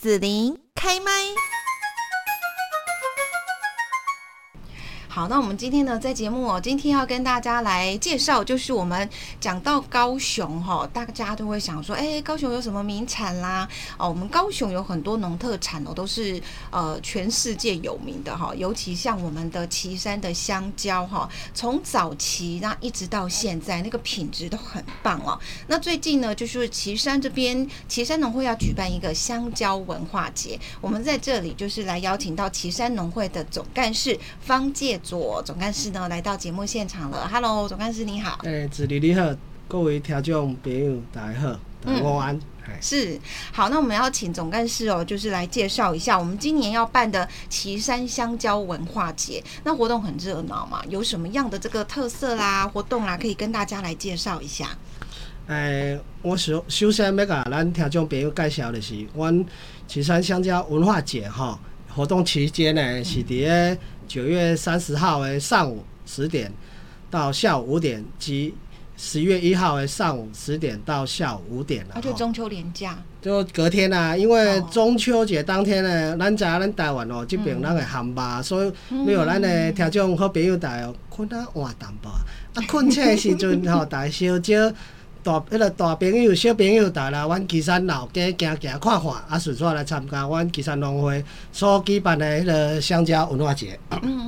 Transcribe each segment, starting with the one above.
子琳开麦。好，那我们今天呢，在节目今天要跟大家来介绍，就是我们讲到高雄大家都会想说，高雄有什么名产啦？我们高雄有很多农特产都是全世界有名的尤其像我们的旗山的香蕉从早期那一直到现在，那个品质都很棒那最近呢，就是旗山这边旗山农会要举办一个香蕉文化节，我们在这里就是来邀请到旗山农会的总干事方介左总干事呢来到节目现场了。 Hello 总干事你好。 子琳你好，各位听众朋友大家好，大家午安。 是，好，那我们要请总干事就是来介绍一下我们今年要办的旗山香蕉文化节。那活动很热闹嘛，有什么样的这个特色啦活动啦可以跟大家来介绍一下？ 我首先要甲咱听众朋友介绍的是阮旗山香蕉文化节活动期间呢是伫9月30号的上午10点到下午5点，及11月1号的上午10点到下午5点了。 就中秋连假， 就隔天因为中秋节当天呢，咱知影咱台湾这边咱会寒吧，所以要咱的听众好朋友大家困晚淡薄困醒的时阵大家小少。大朋友、小朋友，大来阮旗山老街行行看看，顺续来参加阮旗山农会所举办的迄个香蕉文化节。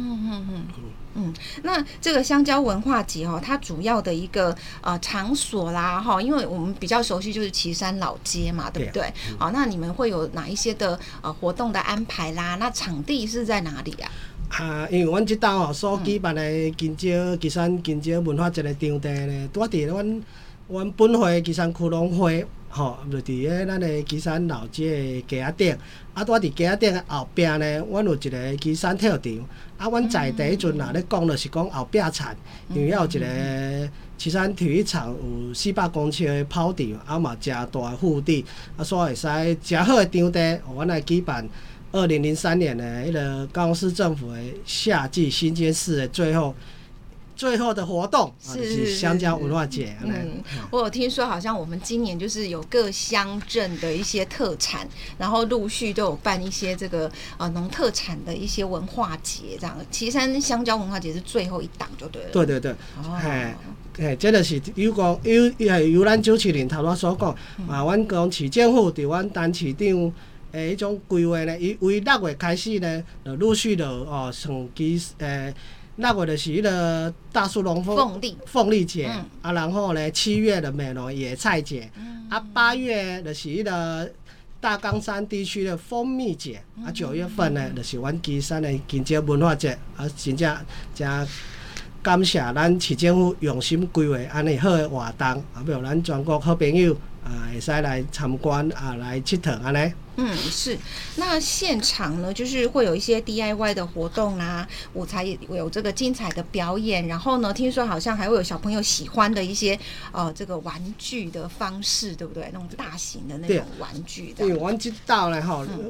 那这个香蕉文化节它主要的一个场所啦因为我们比较熟悉就是旗山老街嘛，对不对？好，那你们会有哪一些的活动的安排啦？那场地是在哪里啊？ 因为阮这档所举办的旗山金蕉文化节的场地呢，住伫阮本会旗山区农会就伫咱的旗山老街的街仔顶，住伫街仔顶的后壁呢，阮有一个旗山体育场。阮在地迄阵咧讲就是讲后壁田，因为有一个旗山体育场有400公尺的跑场，嘛真大的腹地，所以会使真好的场地，阮来举办2003年的迄个高雄市政府的夏季新监事的最后的活动是香蕉文化节。 我有听说好像我们今年就是有各乡镇的一些特产，然后陆续都有办一些这个农特产的一些文化节，这样旗山香蕉文化节是最后一档就对了。 对，这就是由咱主持人头拄所讲阮讲市政府伫阮陈市长迄种规划呢，伊为6月开始呢，就陆续就从6月就是迄个大树龙凤梨节然后呢7月的美浓野菜节8月就是迄个大冈山地区的蜂蜜节9月份呢就是阮旗山的金蕉文化节真正真感谢咱市政府用心规划安尼好的活动要咱全国好朋友会使来参观来佚佗安尼。 是。那现场呢，就是会有一些 DIY 的活动啦，舞台有这个精彩的表演，然后呢，听说好像还会有小朋友喜欢的一些这个玩具的方式，对不对？那种大型的那种玩具的。 因为阮这道呢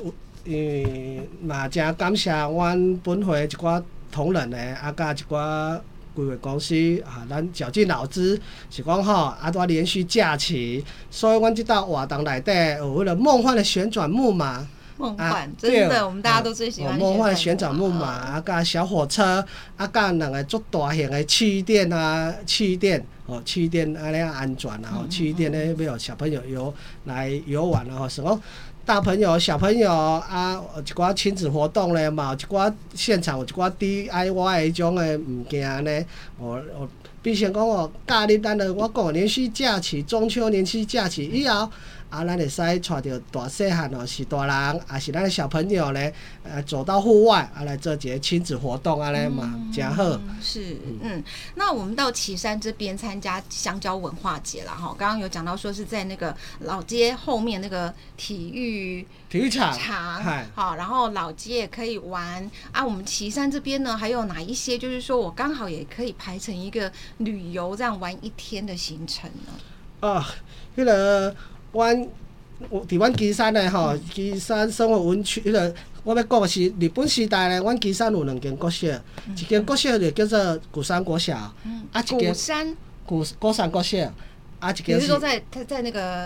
嘛真感谢阮本会一寡同仁的甲一寡规划公司咱绞尽脑汁是讲都连续假期，所以阮这道活动内底有迄个梦幻的旋转木马。 梦幻真的，我们大家都最喜欢梦幻的旋转木马甲小火车甲两个足大型的气垫气垫安尼安全气垫咧要小朋友来游玩什么大朋友小朋友有一寡亲子活动咧嘛，有一寡现场有一寡 DIY 迄种的物件咧比如讲假日咱我讲连续假期中秋连续假期以后咱会使带着大细汉是大人还是咱的小朋友咧走到户外来做一个亲子活动安尼嘛真好。 是那我们到旗山这边参加香蕉文化节啦刚刚有讲到说是在那个老街后面那个体育场好，然后老街也可以玩我们旗山这边呢还有哪一些就是说我刚好也可以排成一个旅游这样玩1天的行程呢？ 迄个伫阮旗山的旗山生活园区，我要讲的是日本时代呢，阮旗山有2间国小，一间国小就叫做鼓山国小， 鼓山国小一间你是说在那个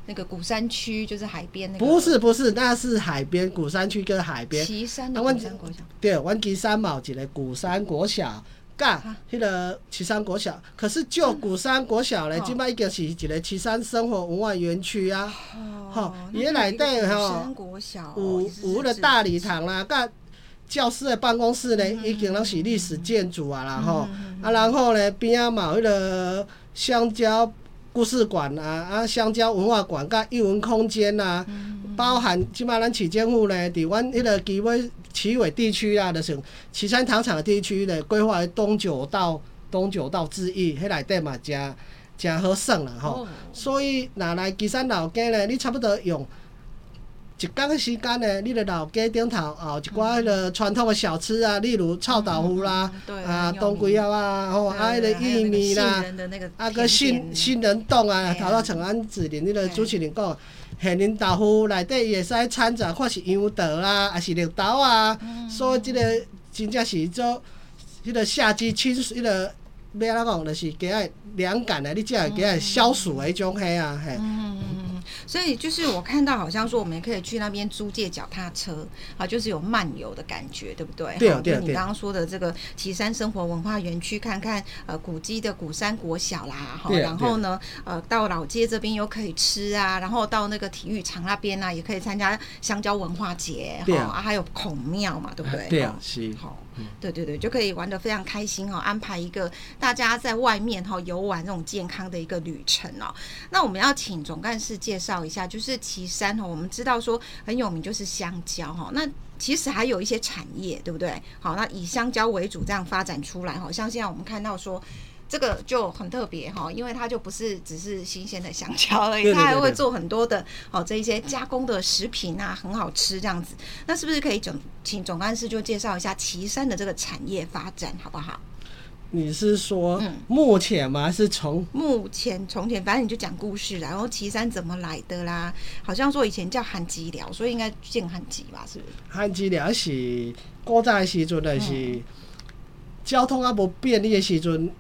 那个鼓山区，就是海边那个。 不是，那是海边，鼓山区跟海边。 旗山的鼓山国小。 对，阮旗山嘛有一个鼓山国小。甲迄个旗山国小，可是就鼓山国小咧，即摆已经是一个旗山生活文化园区啊。吼，伊内底吼有迄个大礼堂啦，甲教师的办公室咧，已经拢是历史建筑啊啦吼。啊，然后咧边仔嘛有迄个香蕉故事馆啊，香蕉文化馆甲艺文空间啊，包含即摆咱市政府咧，伫阮迄个旗尾地区啊，就是旗山糖厂的地区咧，规划的东九道之役，迄内底嘛真好耍啦吼。所以若来旗山老街咧，你差不多用一天的时间咧，你的老街顶头有一寡迄个传统的小吃啊，例如臭豆腐啦，冬瓜仔啊，吼，迄个薏米啦，个杏仁冻啊，头仔像咱子林迄个主持人讲。杏仁豆腐内底伊会使掺杂，看是杨桃啊，还是绿豆啊，所以即个真正是做迄个夏季清迄个要安怎讲，就是加爱凉感的，你才会加爱消暑的迄种嘿啊嘿。 所以就是我看到好像说我们也可以去那边租借脚踏车啊，就是有漫游的感觉，对不对？ 对。 你刚刚说的这个旗山生活文化园区，看看古迹的鼓山国小啦，然后呢到老街这边又可以吃啊，然后到那个体育场那边啊，也可以参加香蕉文化节，还有孔庙嘛，对不对？ 对啊，是。 对，就可以玩得非常开心安排一个大家在外面游玩这种健康的一个旅程哦。那我们要请总干事介绍一下，就是旗山我们知道说很有名就是香蕉那其实还有一些产业，对不对？好，那以香蕉为主这样发展出来像现在我们看到说。这个就很特别因为它就不是只是新鲜的香蕉而已，它还会做很多的这一些加工的食品啊，很好吃这样子。那是不是可以请总干事就介绍一下旗山的这个产业发展好不好？ 你是说目前吗？还是从前，反正你就讲故事啦，然后旗山怎么来的啦？好像说以前叫旱基寮，所以应该姓旱基吧？是不是？ 旱基寮是古早的时阵就是。交通无便利的时阵，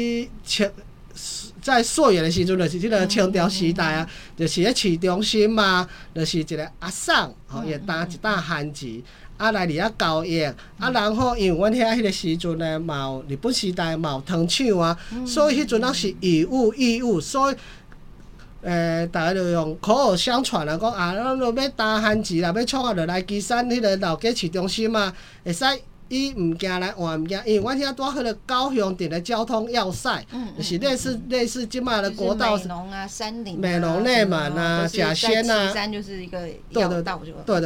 在溯源的时阵，就是即个清朝时代啊，就是咧市中心嘛，就是一个阿桑，伊担一担旱钱，来伫遐交易，然后因为阮遐迄个时阵咧，嘛有日本时代嘛有糖厂啊，所以迄阵是以物易物，所以。大家就用口耳相传啦，讲咱要担旱钱啦，要创啊，就来旗山迄个老街市中心嘛，会使。伊毋惊来换毋惊，因为阮遐拄好个高雄镇的交通要塞，就是类似即卖的国道， 美浓啊、山林、 美浓内门啊、甲仙啊， 旗山就是一个要道， 对。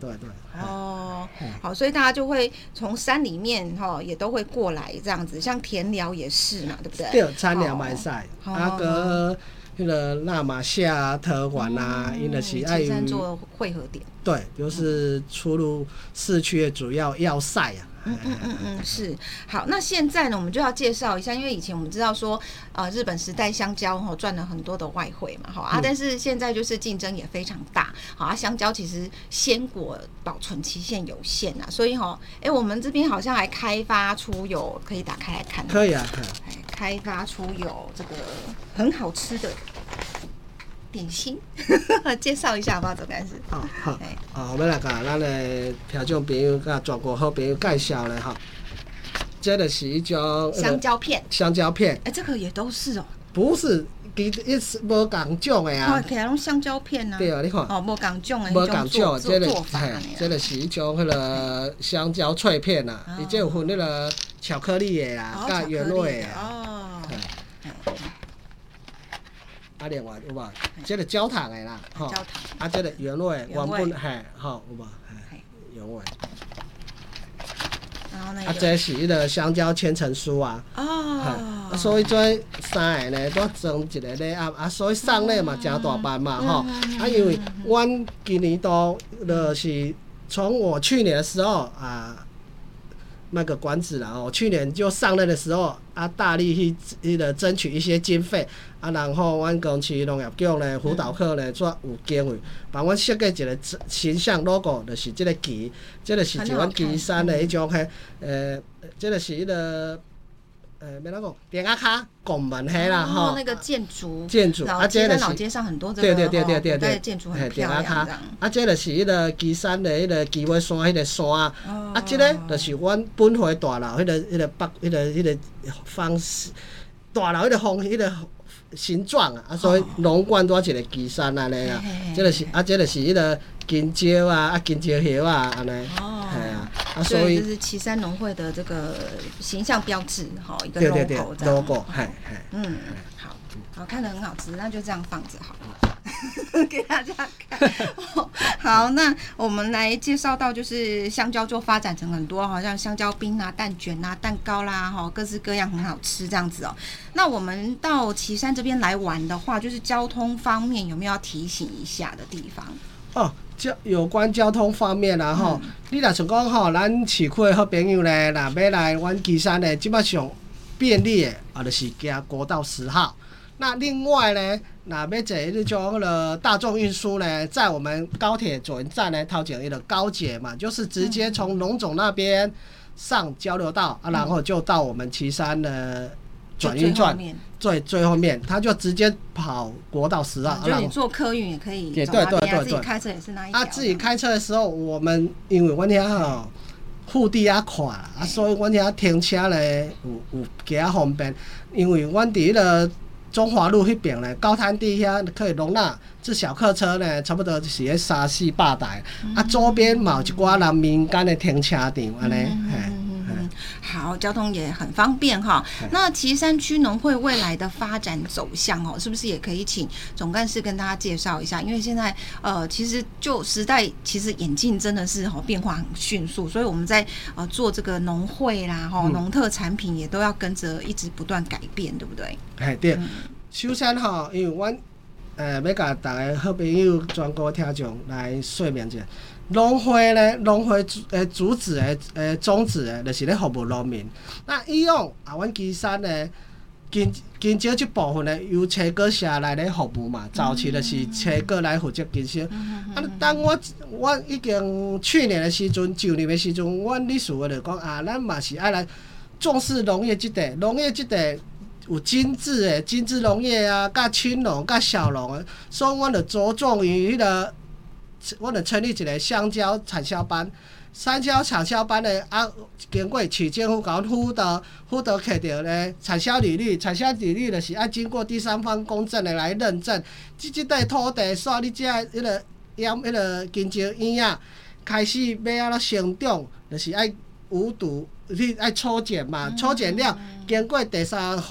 好，所以大家就会从山里面也都会过来这样子，像田寮也是嘛，对不对？ 对，田寮嘛会使，个迄个那马夏、特环啊，因就是爱旗山做汇合点。 对，就是出入市区的主要要塞啊。 是。好，那现在呢，我们就要介绍一下，因为以前我们知道说，日本时代香蕉赚了很多的外汇嘛，但是现在就是竞争也非常大，香蕉其实鲜果保存期限有限啊，所以我们这边好像还开发出有可以打开来看， 可以啊， 开发出有这个很好吃的。点心，介绍一下好不好？总干事。 好，我们来甲咱的听众朋友、甲全国好朋友介绍咧这个是一种香蕉片。 这个也都是哦。 不是，其实无共种的啊。 其实拢香蕉片啊。 对啊，你看。 无共种的。 无共种， 做法。 这个是一种迄个香蕉脆片啊，伊这有分迄个巧克力的啊，甲原味的啊。另外有无？这个焦糖的啦， 焦糖。 这个原味，原本有无？原味。 然后呢？ 这是迄个香蕉千层酥啊。所以这三个呢，都装一个礼盒所以送礼嘛，真大班嘛，因为阮今年都就是从我去年的时候卖个关子啦去年就上任的时候大力去争取一些经费然后阮公司农业局呢辅导课呢做有经费帮阮设计一个形象 logo， 就是这个旗，这个是一阮旗山的迄种这个是迄个要怎讲，电啊卡拱门迄啦吼， 那个建筑， 然后这个老街上很多这个古代建筑很漂亮这样。 啊，这就是迄个旗山的迄个旗尾山迄个山啊，这个就是阮本回大楼迄个北迄个方式，大楼迄个形状啊，所以龙冠多一个旗山安尼啊，这就是这就是迄个金蕉啊，金蕉叶啊安尼， 所以这是旗山农会的这个形象标志，一个 logo 这样。 logo， 好，看得很好吃，那就这样放着好了。给大家看。好，那我们来介绍到，就是香蕉就发展成很多，好像香蕉冰啊、蛋卷啊、蛋糕啦，各式各样很好吃这样子哦。那我们到旗山这边来玩的话，就是交通方面有没有要提醒一下的地方？ 有关交通方面啦吼，你若像讲吼，咱市区的好朋友咧，若要来阮旗山咧，基本上便利的就是行国道10号。那另外呢，若要坐迄种大众运输呢，在我们高铁左营站呢，头前有个高捷嘛，就是直接从龙总那边上交流道然后就到我们旗山的转运站最后面，他就直接跑国道10号。 就是你坐客运也可以走那边，自己开车也是那一条。 自己开车的时候，我们因为阮遐腹地宽所以阮遐停车咧有加方便，因为阮伫迄个中华路迄边咧，高滩地遐可以容纳这小客车呢，差不多是迄300-400台。周边嘛有一寡人民间的停车场安尼。 好，交通也很方便哈。那旗山区农会未来的发展走向是不是也可以请总干事跟大家介绍一下？因为现在其实就时代其实演进真的是变化很迅速，所以我们在做这个农会啦农特产品也都要跟着一直不断改变，对不对？ 对。首先因为阮要甲大家好朋友、全国听众来说明一下。农会呢，农会主旨宗旨就是咧服务农民。那以往阮旗山呢，经销这部分呢，由车果社来咧服务嘛。早期就是车果来负责经销。当我已经去年的时阵、旧年的时阵，阮理事会就讲咱嘛是爱来重视农业这块，农业这块有精致农业啊，甲青农、甲小农，所以阮就着重于迄个。我就成立一个香蕉产销班，香蕉产销班呢经过市政府甲阮辅导摕到咧产销履历，产销履历就是要经过第三方公证的来认证。这块土地所你这迄个香蕉园啊，开始要安怎生长，就是爱无毒，你爱抽检嘛，抽检了经过第三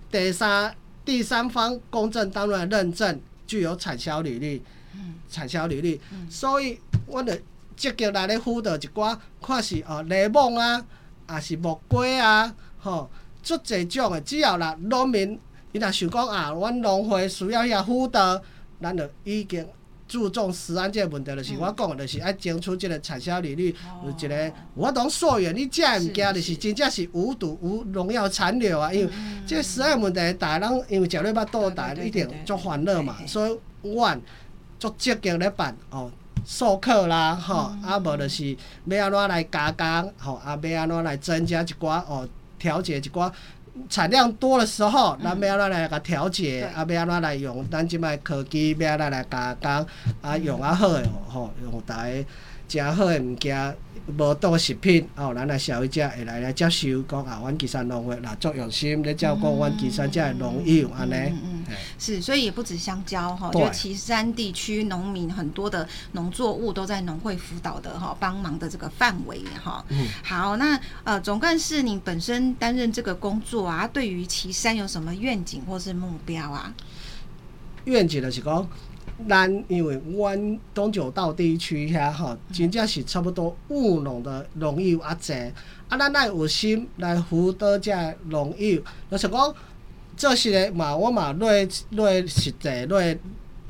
方公证单位认证，具有产销履历。所以阮就积极来咧辅导一寡，看是柠檬啊，也是木瓜啊，足侪种的。只要农民伊若想讲阮农会需要遐辅导，咱就已经注重食安这个问题，就是我讲的，就是爱争取这个产销履历有一个我当溯源，你食的物件就是真正是无毒无农药残留啊。因为这个食安问题，大家人因为食了巴肚，大家一定足烦恼嘛，所以阮足积极咧办授课啦，无就是要安怎来加工，要安怎来增加一寡调节一寡产量多的时候，咱要安怎来甲调节，要安怎来用咱即摆科技，要安怎来加工，用好诶用大家诚好诶物件。无毒食品咱来消费者会来接受，讲阮旗山农会足用心咧照顾阮旗山这的农友安尼。 是，所以也不止香蕉就旗山地区农民很多的农作物都在农会辅导的帮忙的这个范围好，那总干事你本身担任这个工作对于旗山有什么愿景或是目标啊？ 愿景就是讲。咱因为阮东九道地区遐真正是差不多务农的农友侪，咱爱有心来辅导这农友，就是讲做实个嘛，我嘛落实际落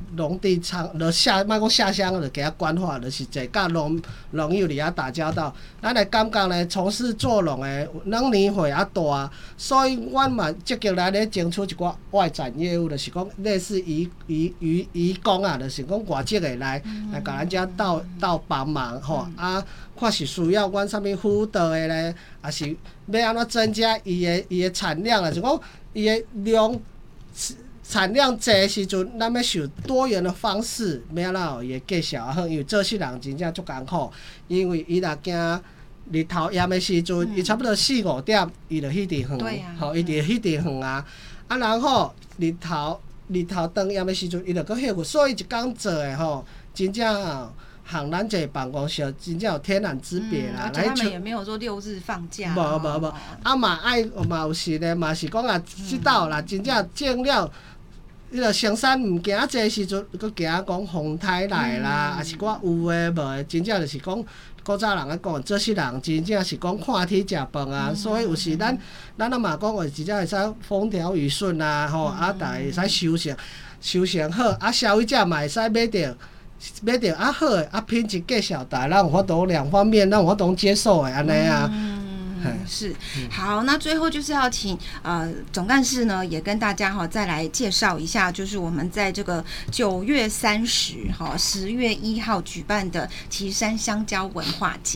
农地场，莫讲下乡，就给它官化，就是坐甲农友伫遐打交道。咱会感觉呢，从事做农的，咱年岁也大，所以阮嘛积极来咧争取一寡外展业务，就是讲类似移工啊，就是讲外籍的来甲咱遮到帮忙吼啊。看是需要阮啥物辅导的咧，也是要安怎增加伊的产量啊？就讲伊的量产量济的时阵，咱要想多元的方式，要安怎互伊的计效啊好？因为做事人真正足艰苦，因为伊若惊日头炎的时阵，伊差不多4、5点，伊就迄地方，吼，伊就迄地方啊。啊，然后日头当炎的时阵，伊就搁休困，所以一工做的吼，真正。和咱这办公室真正有天壤之别啦。 而且他们也没有说6日放假。 无，啊嘛有时呢，嘛是讲啊，即道啦，真正种了，迄个生产物件济时阵，佫惊讲风台来啦，也是我有诶无诶，真正就是讲古早人咧讲，做事人真正是讲看天食饭啊。所以有时咱啊嘛讲话，真正会使风调雨顺啊，吼，啊，大家会使收成好，啊，消费者嘛会使买到啊好诶，啊品质计小大，咱有法度两方面，咱有法度接受诶，安尼啊。 是好，那最后就是要请总干事呢，也跟大家再来介绍一下，就是我们在这个9月30号、10月1号举办的旗山香蕉文化节。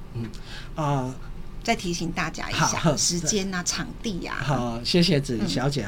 再提醒大家一下时间啊、场地啊。 好，谢谢子怡小姐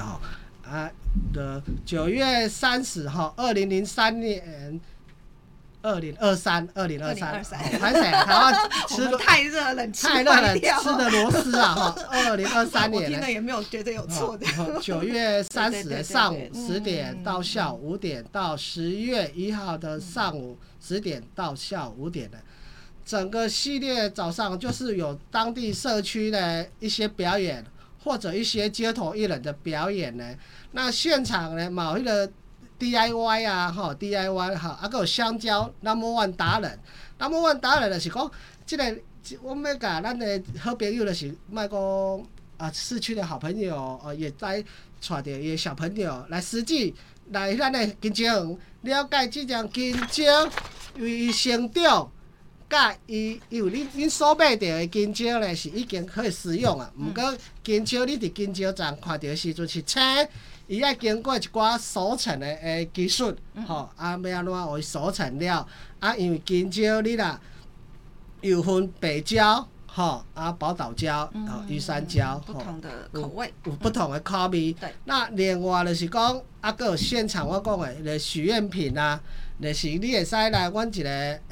9月30号，2003年。2023，拍谁？台湾吃的太热了， 太热了，吃的螺丝啊！哈，2023年， 我听了也没有觉得有错的。 9月30日上午10点到下午5点，到10月1号的上午10点到下午5点的，整个系列早上就是有当地社区的一些表演，或者一些街头艺人的表演呢。那现场呢，某一个。DIY 啊，吼 DIY 哈，啊，佮有香蕉 No.1 达人 ，No.1 达人就是讲，即个我们要甲咱的好朋友就是莫讲啊，市区的好朋友也在带着伊的小朋友来实际来咱的金蕉园了解即种金蕉为伊生长，甲伊有恁所买到的金蕉咧是已经可以食用啊，毋过金蕉你伫金蕉站看到的时阵是青。伊爱经过一寡熟成的技术，吼，啊，要安怎互伊熟成了？啊，因为金蕉你啦，有分白蕉，吼，啊，宝岛蕉，玉山蕉， 不同的口味， 有不同的口味。 对。 那另外就是讲，啊，佮有现场我讲的许愿品啊，就是你会使来阮一个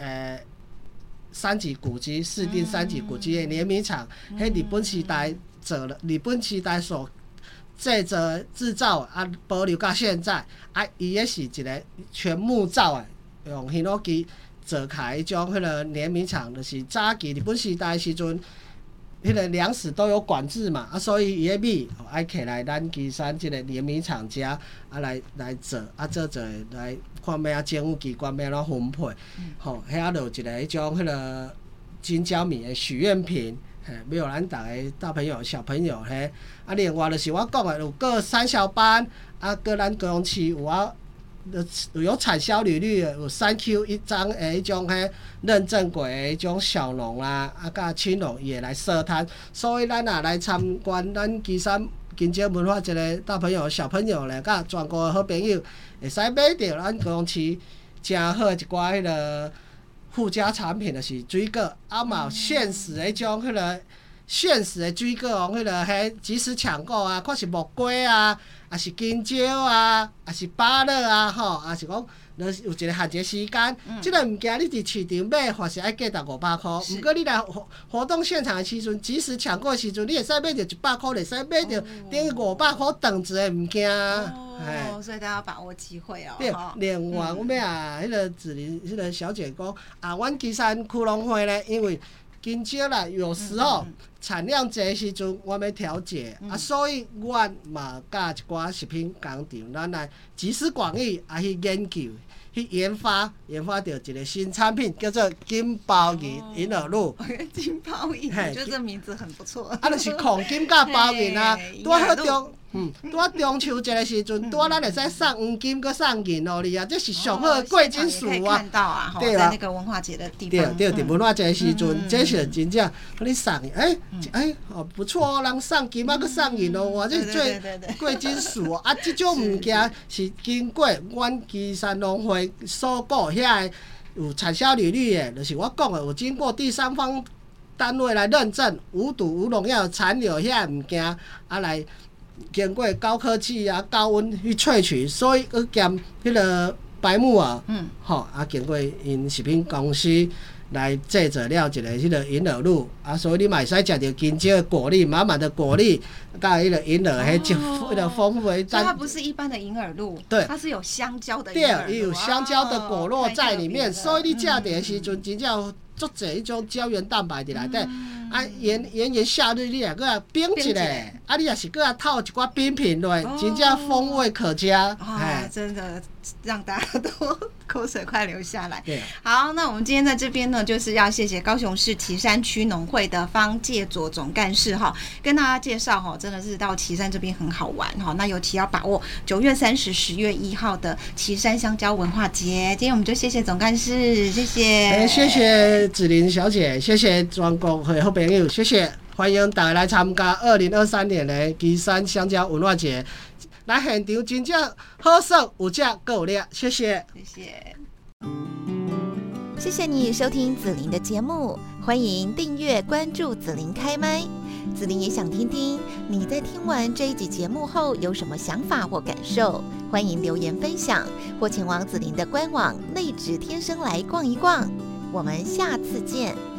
3级古迹市定3级古迹的碾米厂，迄日本时代做了，日本时代所。制造啊，保留到现在啊，伊也是一个全木造的，用迄落机做开迄种迄个碾米厂，就是早期日本时代时阵，迄个粮食都有管制嘛，啊，所以伊的米爱起来咱旗山即个碾米厂遮啊来做，啊做来看要政府机关要安怎分配，吼，遐就有一个迄种迄个金蕉米的许愿瓶。没有咱大家大朋友、小朋友嘿，啊，另外就是我讲的，有个3小班，啊，个咱高雄市有产销履历的，有3Q 1张的迄种嘿认证过的迄种小农啊，啊，甲青农也来设摊，所以咱也来参观咱旗山金蕉文化节的大朋友、小朋友咧，甲全国的好朋友，会使买到咱高雄市真好一寡迄个。附加产品就是水果，啊嘛有限时的迄种迄个限时的水果迄个迄即时抢购啊，看是木瓜啊，也是金蕉啊，也是芭乐啊，吼，也是讲有一个限制时间。即个物件你伫市场买，或是爱价值500块。毋过你来活动现场的时阵，即时抢购的时阵，你会使买到100块，会使买到等于500块等值的物件。 所以大家把握机会哦。 对，另外我们迄个子琳，迄个小姐讲阮旗山区农会咧，因为金蕉啦，有时候产量济时阵，我要调节，所以阮嘛甲一寡食品工厂，咱来集思广益，去研究。去研发到一个新产品，叫做金包银银耳露。 金包银，我觉得这名字很不错。 就是矿金甲包银啊，拄好拄啊中秋节的时阵，拄啊咱会使送黄金，搁送银互你啊，这是上好的贵金属啊。 看到啊， 对在那个文化节的地方。 对，伫文化节的时阵，这是真正互你送的，不错哦，人送金啊，搁送银哦，哇，这是最贵金属啊！这种物件是经过阮旗山农会所购遐有产销履历的，就是我讲的，有经过第三方单位来认证无毒无农药残留遐物件，来经过高科技啊、高温去萃取，所以兼迄个白木耳，经过因食品公司来制作了一个迄个银耳露啊，所以你嘛会使食到金蕉的果粒，满满的果粒，甲迄个银耳迄个丰富的。 所以它不是一般的银耳露， 对， 它是有香蕉的银耳露。 对，有香蕉的果肉在里面，所以你食到的时阵，真正足侪迄种胶原蛋白伫内底。炎夏日你也搁啊冰一下，你也是搁啊套一寡冰品落，真正风味可佳。 真的让大家都口水快流下来。 对， 好，那我们今天在这边呢，就是要谢谢高雄市旗山区农会的方介佐总干事跟大家介绍真的是到旗山这边很好玩那尤其要把握9月30、10月1号的旗山香蕉文化节。今天我们就谢谢总干事，谢谢。 谢谢子琳小姐，谢谢全国的好朋友，谢谢，欢迎大家来参加2023年的旗山香蕉文化节。来现场真正好食有食阁有料，谢谢， 谢谢， 谢谢你收听子琳的节目，欢迎订阅关注子琳开麦。子琳也想听听你在听完这一集节目后有什么想法或感受，欢迎留言分享，或前往子琳的官网内指天生来逛一逛。我们下次见。